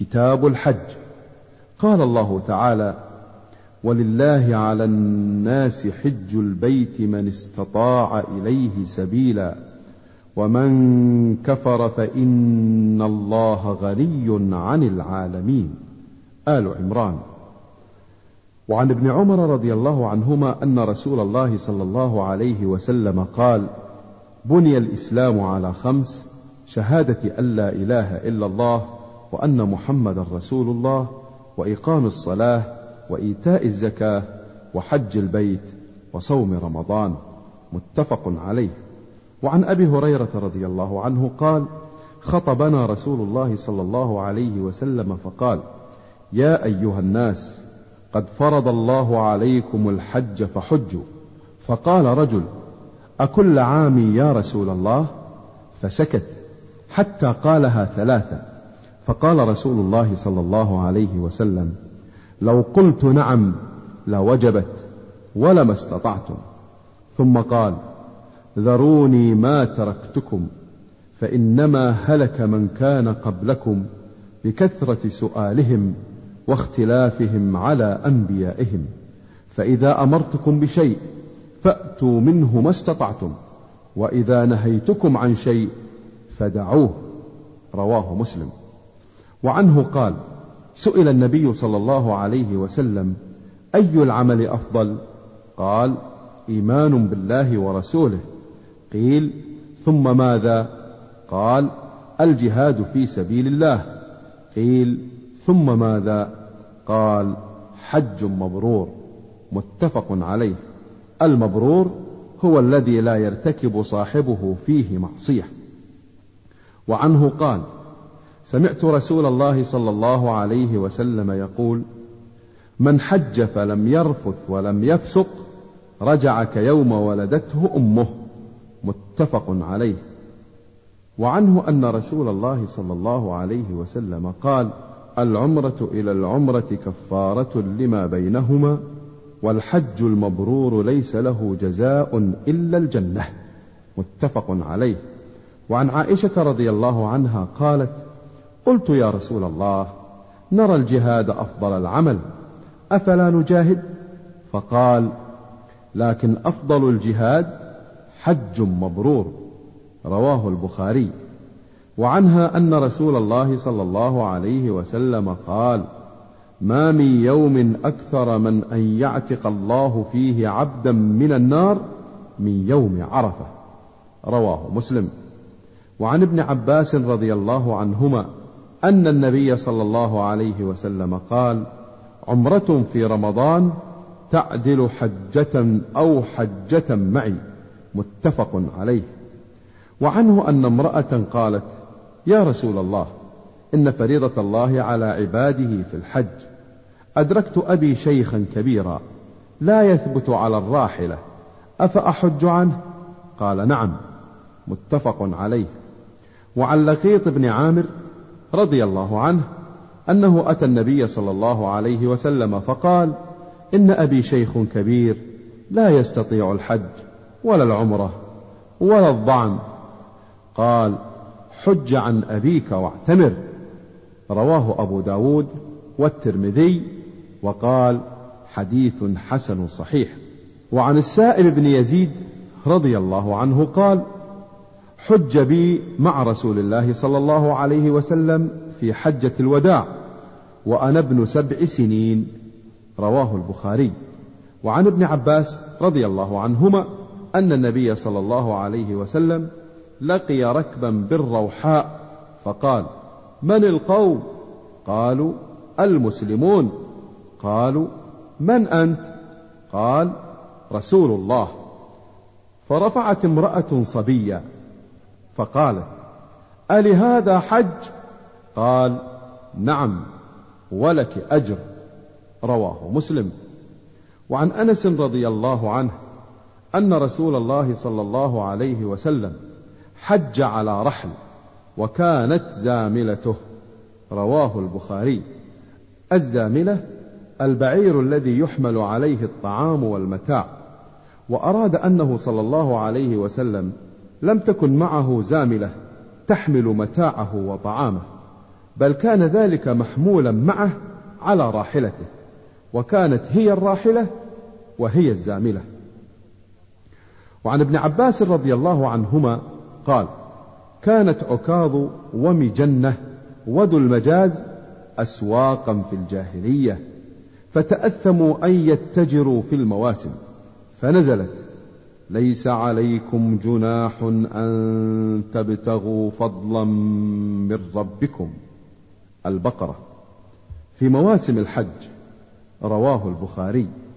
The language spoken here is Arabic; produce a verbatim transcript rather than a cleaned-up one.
كتاب الحج. قال الله تعالى: ولله على الناس حج البيت من استطاع إليه سبيلا ومن كفر فإن الله غني عن العالمين. آل عمران. وعن ابن عمر رضي الله عنهما أن رسول الله صلى الله عليه وسلم قال: بني الإسلام على خمس: شهادة أن لا إله إلا الله وأن محمد رسول الله وإقام الصلاة وإيتاء الزكاة وحج البيت وصوم رمضان. متفق عليه. وعن أبي هريرة رضي الله عنه قال: خطبنا رسول الله صلى الله عليه وسلم فقال: يا أيها الناس قد فرض الله عليكم الحج فحجوا. فقال رجل: أكل عام يا رسول الله؟ فسكت حتى قالها ثلاثة. فقال رسول الله صلى الله عليه وسلم: لو قلت نعم لوجبت ولما استطعتم. ثم قال: ذروني ما تركتكم فإنما هلك من كان قبلكم بكثرة سؤالهم واختلافهم على أنبيائهم، فإذا أمرتكم بشيء فأتوا منه ما استطعتم، وإذا نهيتكم عن شيء فدعوه. رواه مسلم. وعنه قال: سئل النبي صلى الله عليه وسلم: أي العمل أفضل؟ قال: إيمان بالله ورسوله. قيل: ثم ماذا؟ قال: الجهاد في سبيل الله. قيل: ثم ماذا؟ قال: حج مبرور. متفق عليه. المبرور هو الذي لا يرتكب صاحبه فيه معصية. وعنه قال: سمعت رسول الله صلى الله عليه وسلم يقول: من حج فلم يرفث ولم يفسق رجع كيوم ولدته أمه. متفق عليه. وعنه أن رسول الله صلى الله عليه وسلم قال: العمرة إلى العمرة كفارة لما بينهما، والحج المبرور ليس له جزاء إلا الجنة. متفق عليه. وعن عائشة رضي الله عنها قالت: قلت يا رسول الله، نرى الجهاد أفضل العمل، أفلا نجاهد؟ فقال: لكن أفضل الجهاد حج مبرور. رواه البخاري. وعنها أن رسول الله صلى الله عليه وسلم قال: ما من يوم أكثر من أن يعتق الله فيه عبدا من النار من يوم عرفة. رواه مسلم. وعن ابن عباس رضي الله عنهما أن النبي صلى الله عليه وسلم قال: عمرة في رمضان تعدل حجة أو حجة معي. متفق عليه. وعنه أن امرأة قالت: يا رسول الله، إن فريضة الله على عباده في الحج، أدركت أبي شيخا كبيرا لا يثبت على الراحلة، أفأحج عنه؟ قال: نعم. متفق عليه. وعن لقيط بن عامر رضي الله عنه أنه أتى النبي صلى الله عليه وسلم فقال: إن أبي شيخ كبير لا يستطيع الحج ولا العمرة ولا الضعن. قال: حج عن أبيك واعتمر. رواه أبو داود والترمذي، وقال: حديث حسن صحيح. وعن السائب بن يزيد رضي الله عنه قال: حج بي مع رسول الله صلى الله عليه وسلم في حجة الوداع وأنا ابن سبع سنين. رواه البخاري. وعن ابن عباس رضي الله عنهما أن النبي صلى الله عليه وسلم لقي ركبا بالروحاء فقال: من القوم؟ قالوا: المسلمون. قالوا: من أنت؟ قال: رسول الله. فرفعت امرأة صبية فقالت: ألهذا حج؟ قال: نعم ولك أجر. رواه مسلم. وعن أنس رضي الله عنه أن رسول الله صلى الله عليه وسلم حج على رحل وكانت زاملته. رواه البخاري. الزاملة البعير الذي يحمل عليه الطعام والمتاع، وأراد أنه صلى الله عليه وسلم لم تكن معه زاملة تحمل متاعه وطعامه، بل كان ذلك محمولا معه على راحلته، وكانت هي الراحلة وهي الزاملة. وعن ابن عباس رضي الله عنهما قال: كانت عكاظ ومجنة وذو المجاز أسواقا في الجاهلية، فتأثموا أن يتجروا في المواسم، فنزلت: ليس عليكم جناح أن تبتغوا فضلا من ربكم. البقرة. في مواسم الحج. رواه البخاري.